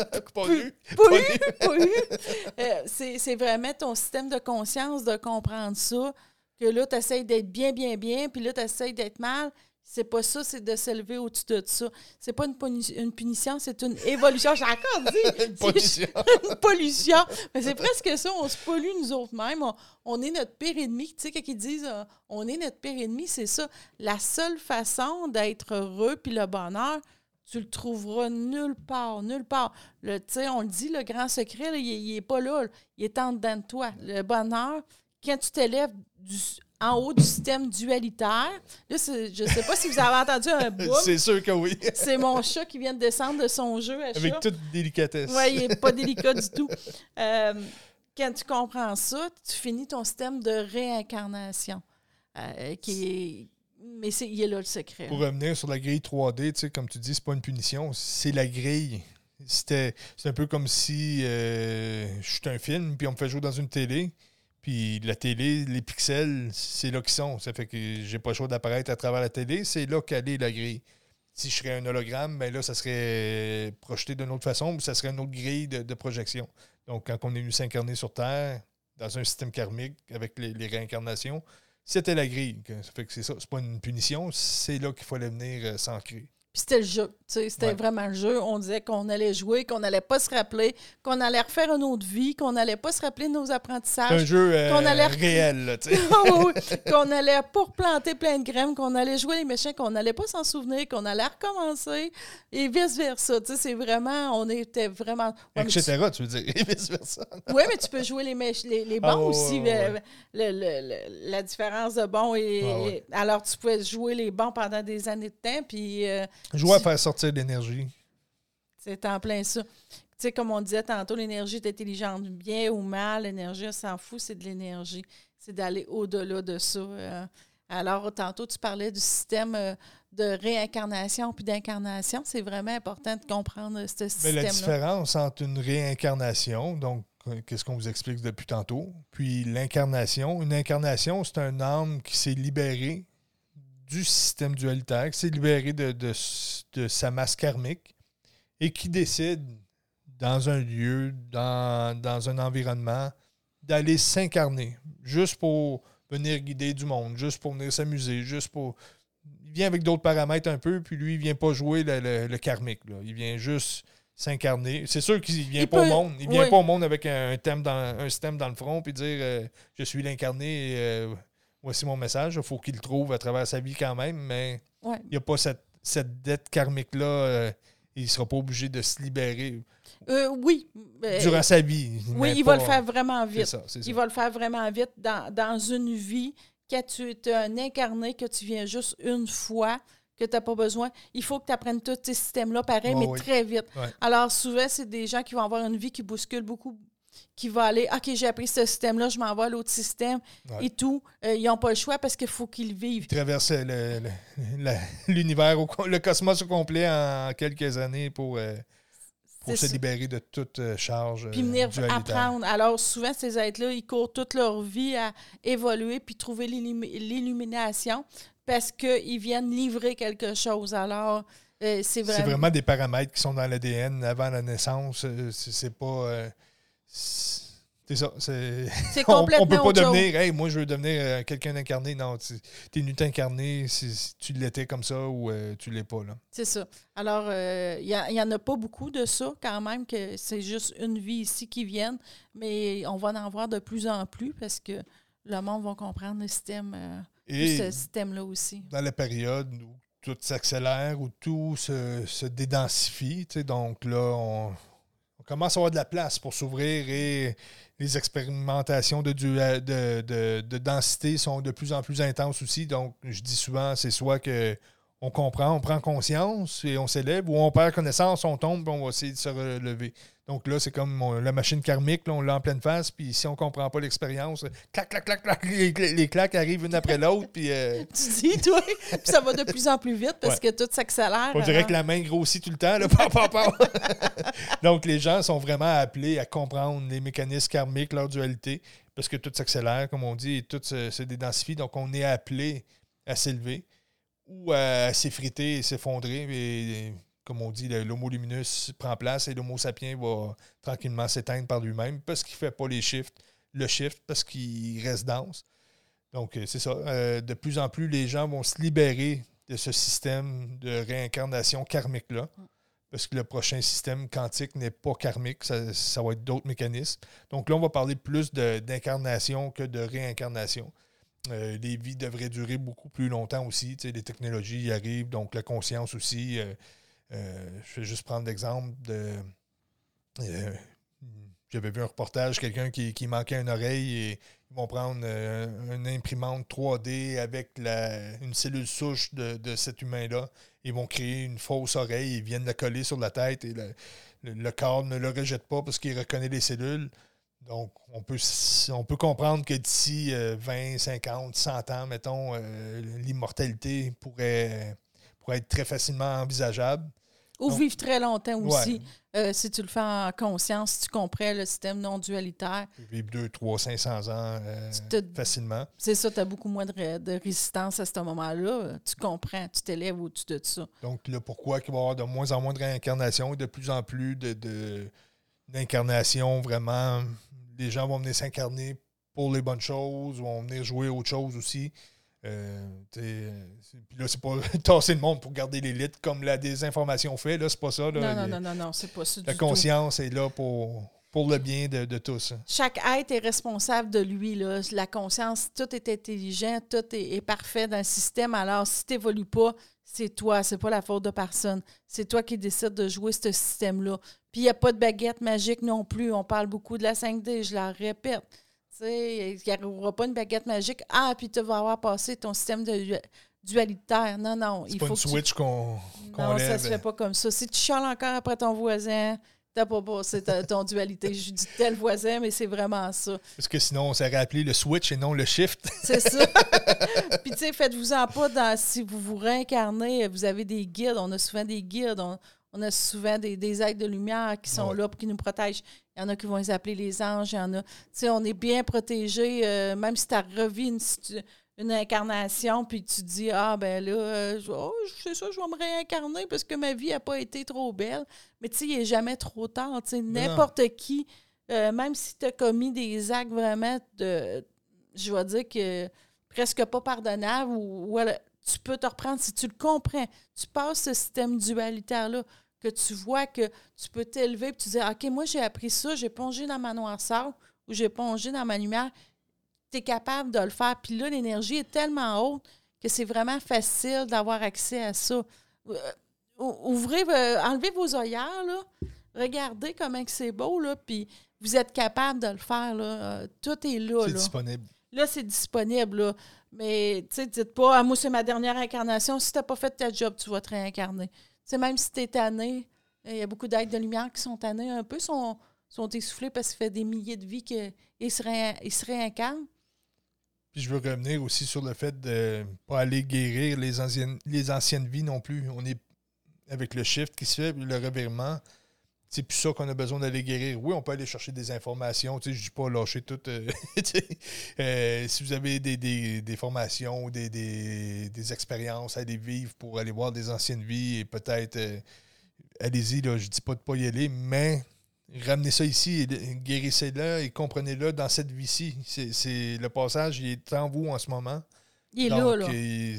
C'est vraiment ton système de conscience de comprendre ça, que là, tu essaies d'être bien, bien, bien, puis là, tu essaies d'être mal. C'est pas ça, c'est de s'élever au-dessus de ça. C'est pas une punition, c'est une évolution. J'ai encore dit! Une pollution. Une pollution. Mais c'est presque ça, on se pollue nous autres mêmes. On est notre pire ennemi. Tu sais, quand ils disent on est notre pire ennemi, c'est ça. La seule façon d'être heureux puis le bonheur, tu le trouveras nulle part, nulle part. Tu sais, on le dit, le grand secret, là, il est pas là. Il est en dedans de toi. Le bonheur, quand tu t'élèves en haut du système dualitaire. Là, je ne sais pas si vous avez entendu un boum. C'est sûr que oui. C'est mon chat qui vient de descendre de son jeu à chat. Avec toute délicatesse. Oui, il n'est pas délicat du tout. Quand tu comprends ça, tu finis ton système de réincarnation. Mais il est là le secret. Pour revenir sur la grille 3D, comme tu dis, c'est pas une punition, c'est la grille. C'est un peu comme si je suis un film, puis on me fait jouer dans une télé. Puis la télé, les pixels, c'est là qu'ils sont. Ça fait que j'ai pas le choix d'apparaître à travers la télé. C'est là qu'elle est la grille. Si je serais un hologramme, bien là, ça serait projeté d'une autre façon, puis ça serait une autre grille de projection. Donc, quand on est venu s'incarner sur Terre, dans un système karmique, avec les réincarnations, c'était la grille. Ça fait que c'est ça. C'est pas une punition, c'est là qu'il fallait venir s'ancrer. Puis c'était le jeu. C'était vraiment le jeu. On disait qu'on allait jouer, qu'on n'allait pas se rappeler, qu'on allait refaire une autre vie, qu'on n'allait pas se rappeler de nos apprentissages. C'est un jeu réel, là, tu sais. Oui, qu'on allait pas replanter plein de graines, qu'on allait jouer les méchants, qu'on n'allait pas s'en souvenir, qu'on allait recommencer, et vice-versa. Tu sais, c'est vraiment... On était vraiment... Ouais, etc., tu veux dire, et vice-versa. Oui, mais tu peux jouer les bons aussi. La différence de bons et... Alors, tu pouvais jouer les bons pendant des années de temps, puis... jouer à faire sortir l'énergie. C'est en plein ça. Tu sais, comme on disait tantôt, l'énergie est intelligente, bien ou mal, l'énergie, on s'en fout, c'est de l'énergie. C'est d'aller au-delà de ça. Alors, tantôt, tu parlais du système de réincarnation puis d'incarnation. C'est vraiment important de comprendre ce système-là. Mais la différence entre une réincarnation, donc, qu'est-ce qu'on vous explique depuis tantôt, puis l'incarnation. Une incarnation, c'est un âme qui s'est libérée du système dualitaire, qui s'est libéré de sa masse karmique et qui décide, dans un lieu, dans un environnement, d'aller s'incarner, juste pour venir guider du monde, juste pour venir s'amuser, juste pour... Il vient avec d'autres paramètres un peu, puis lui, il vient pas jouer le karmique. Là. Il vient juste s'incarner. C'est sûr qu'il vient pas au monde. Il vient pas au monde avec un système dans le front, puis dire « Je suis l'incarné voici mon message. » Il faut qu'il le trouve à travers sa vie quand même, mais il n'y a pas cette dette karmique-là. Il ne sera pas obligé de se libérer durant sa vie. Oui, il va le faire vraiment vite. C'est ça. Il va le faire vraiment vite dans une vie. Quand tu es un incarné, que tu viens juste une fois, que tu n'as pas besoin, il faut que tu apprennes tous ces systèmes-là pareil, mais très vite. Ouais. Alors, souvent, c'est des gens qui vont avoir une vie qui bouscule beaucoup qui va aller, OK, j'ai appris ce système-là, je m'en vais à l'autre système et tout. Ils n'ont pas le choix parce qu'il faut qu'ils vivent. Ils traversent l'univers, le cosmos au complet en quelques années pour se libérer de toute charge puis venir dualitaire. Apprendre. Alors, souvent, ces êtres-là, ils courent toute leur vie à évoluer puis trouver l'illumination parce qu'ils viennent livrer quelque chose. Alors, c'est vraiment des paramètres qui sont dans l'ADN avant la naissance. C'est pas... c'est ça. C'est complètement on peut pas autre devenir, chose. hey, moi je veux devenir quelqu'un d'incarné. Non, t'es venu t'incarner si tu l'étais comme ça ou tu l'es pas. Là. C'est ça. Alors, il y en a pas beaucoup de ça quand même, que c'est juste une vie ici qui viennent, mais on va en voir de plus en plus parce que le monde va comprendre le système, ce système-là aussi. Dans la période où tout s'accélère, où tout se dédensifie, donc là, on commence à avoir de la place pour s'ouvrir et les expérimentations de densité sont de plus en plus intenses aussi. Donc, je dis souvent, c'est soit qu'on comprend, on prend conscience et on s'élève, ou on perd connaissance, on tombe et on va essayer de se relever. Donc là, c'est comme la machine karmique, là, on l'a en pleine face, puis si on ne comprend pas l'expérience, clac, clac, clac, clac, les claques arrivent une après l'autre. Puis, tu dis, toi, puis ça va de plus en plus vite parce que tout s'accélère. On dirait que la main grossit tout le temps. Là. Donc, les gens sont vraiment appelés à comprendre les mécanismes karmiques, leur dualité, parce que tout s'accélère, comme on dit, et tout se dédensifie. Donc, on est appelé à s'élever ou à s'effriter et s'effondrer. Et comme on dit, l'homo luminus prend place et l'homo sapiens va tranquillement s'éteindre par lui-même parce qu'il ne fait pas le shift parce qu'il reste dense. Donc, c'est ça. De plus en plus, les gens vont se libérer de ce système de réincarnation karmique-là parce que le prochain système quantique n'est pas karmique, ça va être d'autres mécanismes. Donc là, on va parler plus d'incarnation que de réincarnation. Les vies devraient durer beaucoup plus longtemps aussi. Tu sais, les technologies y arrivent, donc la conscience aussi. Je vais juste prendre l'exemple de... j'avais vu un reportage, quelqu'un qui manquait une oreille et ils vont prendre une imprimante 3D avec une cellule souche de cet humain-là. Ils vont créer une fausse oreille, ils viennent la coller sur la tête et le corps ne le rejette pas parce qu'il reconnaît les cellules. Donc, on peut comprendre que d'ici 20, 50, 100 ans, mettons, l'immortalité pourrait être très facilement envisageable. Ou vivre très longtemps aussi, si tu le fais en conscience, si tu comprends le système non dualitaire. Vivre 2, 3, 500 ans facilement. C'est ça, tu as beaucoup moins de résistance à ce moment-là. Tu comprends, tu t'élèves au-dessus de ça. Donc, là, pourquoi il va y avoir de moins en moins de réincarnation et de plus en plus d'incarnations vraiment. Les gens vont venir s'incarner pour les bonnes choses, vont venir jouer autre chose aussi. Puis là, c'est pas tasser le monde pour garder l'élite comme la désinformation fait. Là, c'est pas ça. Là. Non, c'est pas ça du tout. La conscience est là pour le bien de tous. Chaque être est responsable de lui. Là. La conscience, tout est intelligent, tout est parfait dans le système. Alors, si tu n'évolues pas, c'est toi, c'est pas la faute de personne. C'est toi qui décides de jouer ce système-là. Puis il n'y a pas de baguette magique non plus. On parle beaucoup de la 5D, je la répète. Il n'y aura pas une baguette magique. Ah, puis tu vas avoir passé ton système de dualitaire. Non. C'est pas une switch qu'on non, lève. Ça se fait pas comme ça. Si tu chiales encore après ton voisin, t'as pas passé ton dualité. Je dis tel voisin, mais c'est vraiment ça. Parce que sinon, on s'aurait appelé le switch et non le shift. C'est ça. Puis, tu sais, faites-vous-en pas si vous vous réincarnez, vous avez des guides. On a souvent des guides. On a souvent des êtres de lumière qui sont là pour qui nous protègent. Il y en a qui vont les appeler les anges. Il y en a. Tu sais, on est bien protégé, même si tu as revu une incarnation, puis tu dis, ah, ben là, c'est ça, je vais me réincarner parce que ma vie n'a pas été trop belle. Mais tu sais, il n'est jamais trop tard. Tu sais, n'importe qui, même si tu as commis des actes vraiment je vais dire que presque pas pardonnables, ou tu peux te reprendre si tu le comprends. Tu passes ce système dualitaire-là, que tu vois que tu peux t'élever et tu dis, OK, moi, j'ai appris ça, j'ai plongé dans ma noirceur ou j'ai plongé dans ma lumière. Tu es capable de le faire. Puis là, l'énergie est tellement haute que c'est vraiment facile d'avoir accès à ça. Enlevez vos œillères, là. Regardez comment c'est beau, là, puis vous êtes capable de le faire, là. Tout est là. C'est disponible. Là, c'est disponible, là. Mais, tu sais, dites pas, moi, c'est ma dernière incarnation. Si tu n'as pas fait ta job, tu vas te réincarner. Tu sais, même si tu es tanné, il y a beaucoup d'êtres de lumière qui sont tannés un peu, sont sont essoufflés parce que ça fait des milliers de vies qu'ils se réincarnent. Puis je veux revenir aussi sur le fait de ne pas aller guérir les anciennes vies non plus. On est avec le shift qui se fait, le revirement. C'est plus ça qu'on a besoin d'aller guérir. Oui, on peut aller chercher des informations. Je ne dis pas lâcher tout. Si vous avez des formations ou des expériences à aller vivre pour aller voir des anciennes vies et peut-être, allez-y, là, je ne dis pas de ne pas y aller, mais ramenez ça ici, et guérissez-le et comprenez-le dans cette vie-ci. C'est le passage, il est en vous en ce moment. Il est donc, là.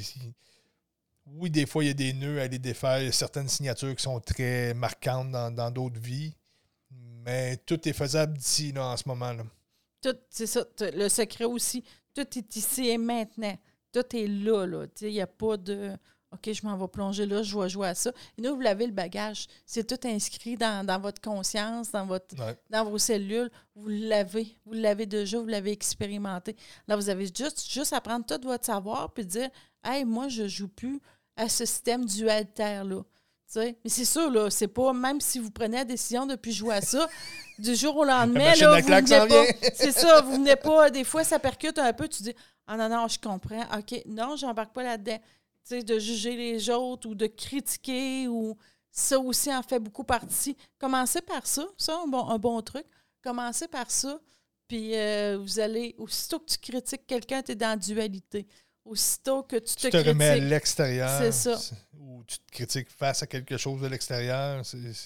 Oui, des fois, il y a des nœuds à aller défaire. Il y a certaines signatures qui sont très marquantes dans d'autres vies. Mais tout est faisable d'ici, là, en ce moment-là. Tout, c'est ça. Le secret aussi, tout est ici et maintenant. Tout est là. Il n'y a pas de « OK, je m'en vais plonger là, je vais jouer à ça ». Et nous, vous l'avez le bagage. C'est tout inscrit dans votre conscience, dans vos cellules. Vous l'avez. Vous l'avez déjà, vous l'avez expérimenté. Là, vous avez juste à prendre tout votre savoir puis dire « Hey, moi, je ne joue plus à ce système dualitaire-là. » Mais c'est sûr, là, c'est pas, même si vous prenez la décision de ne plus jouer à ça, du jour au lendemain, là, vous venez pas. C'est ça, vous venez pas. Des fois, ça percute un peu, tu dis « Ah non, je comprends. OK, non, j'embarque pas là-dedans. » Tu sais, de juger les autres ou de critiquer, ou ça aussi en fait beaucoup partie. Commencez par ça, un bon truc. Commencez par ça, puis vous allez, aussitôt que tu critiques quelqu'un, tu es dans la dualité. Aussitôt que tu te critiques, remets à l'extérieur. C'est ça. Ou tu te critiques face à quelque chose de l'extérieur.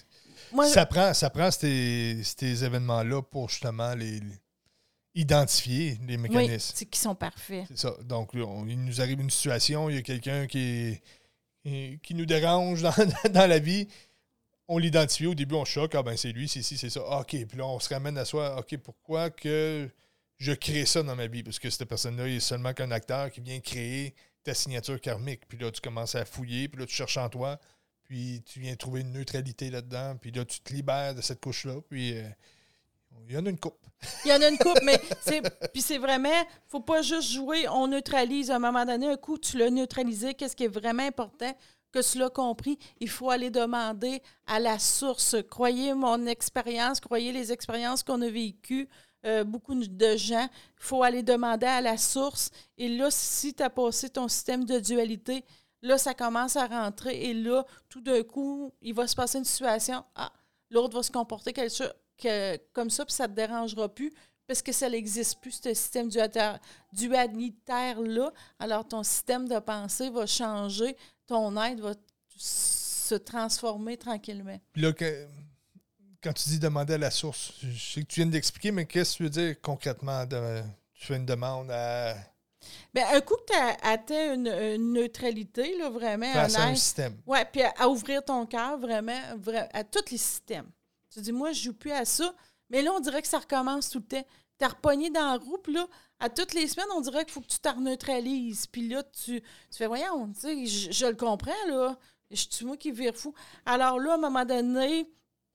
Ça prend ces événements-là pour justement identifier les mécanismes. Oui, qui sont parfaits. C'est ça. Donc, il nous arrive une situation, il y a quelqu'un qui nous dérange dans la vie. On l'identifie. Au début, on choque. Ah ben c'est lui, c'est ci, c'est ça. OK. Puis là, on se ramène à soi. OK, pourquoi que je crée ça dans ma vie? Parce que cette personne-là est seulement qu'un acteur qui vient créer ta signature karmique. Puis là, tu commences à fouiller. Puis là, tu cherches en toi. Puis tu viens trouver une neutralité là-dedans. Puis là, tu te libères de cette couche-là. Puis il y en a une coupe. Il y en a une coupe, mais c'est vraiment, faut pas juste jouer, on neutralise. À un moment donné, un coup, tu l'as neutralisé. Qu'est-ce qui est vraiment important que tu l'as compris? Il faut aller demander à la source. Croyez mon expérience, croyez les expériences qu'on a vécues. Beaucoup de gens, il faut aller demander à la source. Et là, si tu as passé ton système de dualité, là, ça commence à rentrer. Et là, tout d'un coup, il va se passer une situation. Ah, l'autre va se comporter comme ça, puis ça ne te dérangera plus parce que ça n'existe plus, ce système dualitaire-là. Alors, ton système de pensée va changer, ton être va se transformer tranquillement. Puis là, quand tu dis demander à la source, je sais que tu viens d'expliquer, mais qu'est-ce que tu veux dire concrètement? Tu fais une demande à... Bien, un coup que tu as atteint une neutralité, là, vraiment. Face à un système. Oui, puis à ouvrir ton cœur vraiment à tous les systèmes. Tu dis, moi, je ne joue plus à ça. Mais là, on dirait que ça recommence tout le temps. Tu es repogné dans la roue, puis là, à toutes les semaines, on dirait qu'il faut que tu t'en neutralises. Puis là, tu fais, voyons, tu sais, je le comprends, là. C'est moi qui vire fou. Alors là, à un moment donné,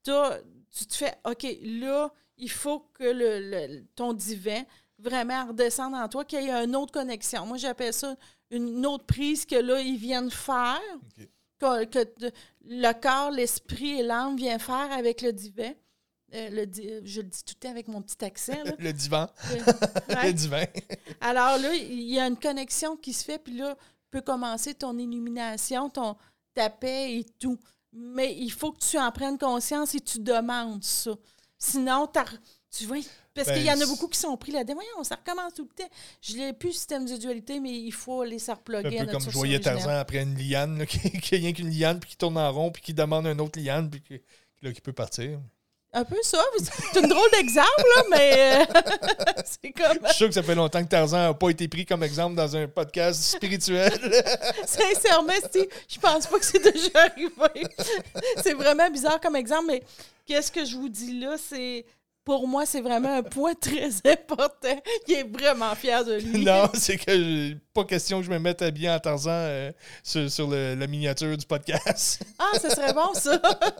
tu te fais, OK, là, il faut que ton divan vraiment redescende en toi, qu'il y ait une autre connexion. Moi, j'appelle ça une autre prise que là, ils viennent faire. Okay. Que le corps, l'esprit et l'âme viennent faire avec le divan. Je le dis tout le temps avec mon petit accent. Là. Le divan. Ouais. Le divan. Alors là, il y a une connexion qui se fait, puis là, peut commencer ton illumination, ta paix et tout. Mais il faut que tu en prennes conscience et tu demandes ça. Sinon, tu vois, parce qu'il y en a beaucoup qui sont pris là-dedans. Voyons, ça recommence tout le temps. Je n'ai plus le système de dualité, mais il faut aller se reploguer à notre source originelle. Un peu comme je voyais Tarzan après une liane, là, qui a rien qu'une liane, puis qui tourne en rond, puis qui demande une autre liane, puis qui peut partir. Un peu ça. C'est une drôle d'exemple, là, mais c'est comme... Je suis sûr que ça fait longtemps que Tarzan n'a pas été pris comme exemple dans un podcast spirituel. Sincèrement, je pense pas que c'est déjà arrivé. C'est vraiment bizarre comme exemple, mais qu'est-ce que je vous dis là, pour moi, c'est vraiment un point très important. Il est vraiment fier de lui. Non, c'est que pas question que je me mette habillé en Tarzan sur la miniature du podcast. Ah, ça serait bon, ça!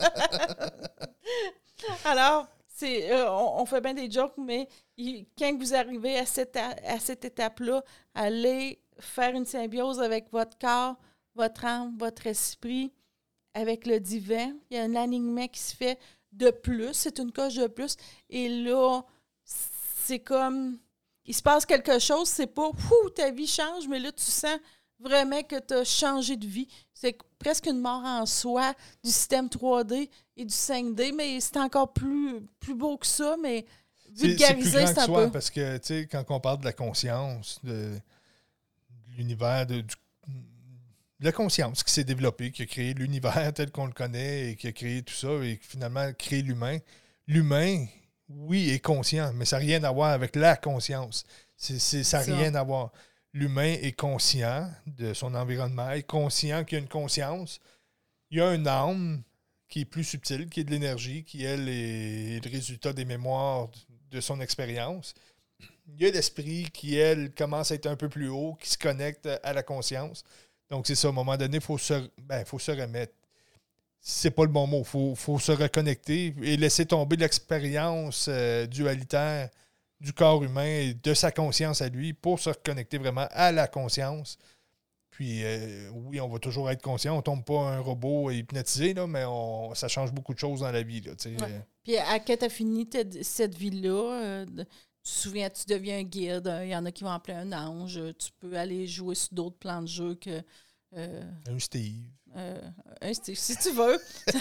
Alors, on fait bien des jokes, mais quand vous arrivez à cette étape-là, allez faire une symbiose avec votre corps, votre âme, votre esprit, avec le divan. Il y a un alignement qui se fait de plus, c'est une coche de plus. Et là, c'est comme, il se passe quelque chose, c'est pas, ta vie change, mais là, tu sens vraiment que tu as changé de vie. C'est presque une mort en soi du système 3D et du 5D, mais c'est encore plus beau que ça, mais vulgarisé, c'est un peu. Parce que, tu sais, quand on parle de la conscience, de l'univers, de la conscience qui s'est développée, qui a créé l'univers tel qu'on le connaît et qui a créé tout ça et qui finalement crée l'humain. L'humain, oui, est conscient, mais ça n'a rien à voir avec la conscience. Ça n'a rien à voir. L'humain est conscient de son environnement, est conscient qu'il y a une conscience. Il y a une âme qui est plus subtile, qui est de l'énergie, qui, elle, est le résultat des mémoires de son expérience. Il y a l'esprit qui, elle, commence à être un peu plus haut, qui se connecte à la conscience. Donc, c'est ça, à un moment donné, il faut se remettre. C'est pas le bon mot. Il faut se reconnecter et laisser tomber l'expérience dualitaire du corps humain et de sa conscience à lui pour se reconnecter vraiment à la conscience. Puis, oui, on va toujours être conscient. On ne tombe pas un robot hypnotisé, là, mais ça change beaucoup de choses dans la vie. Là, ouais. Puis, à quand tu as fini cette vie-là, tu te souviens, tu deviens un guide. Il y en a qui vont appeler un ange. Tu peux aller jouer sur d'autres plans de jeu que... un Steve. Un Steve, si tu veux.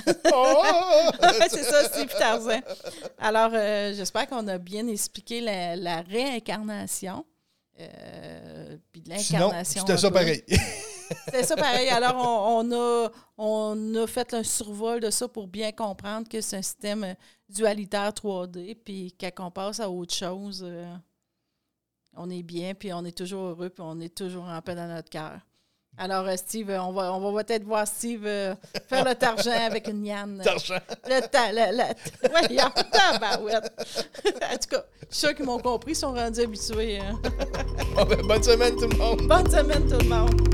C'est ça, Steve Tarzan. Alors, j'espère qu'on a bien expliqué la réincarnation. Puis de l'incarnation. Sinon, c'était ça pareil. C'était ça pareil. Alors, on a fait un survol de ça pour bien comprendre que c'est un système dualitaire 3D, puis quand on passe à autre chose, on est bien, puis on est toujours heureux, puis on est toujours en paix dans notre cœur. Alors, Steve, on va peut-être voir Steve faire le targent avec une Yann. Targent. Voyons, tabarouette. En tout cas, je suis sûr qu'ils m'ont compris, ils sont rendus habitués. Bonne semaine, tout le monde. Bonne semaine, tout le monde.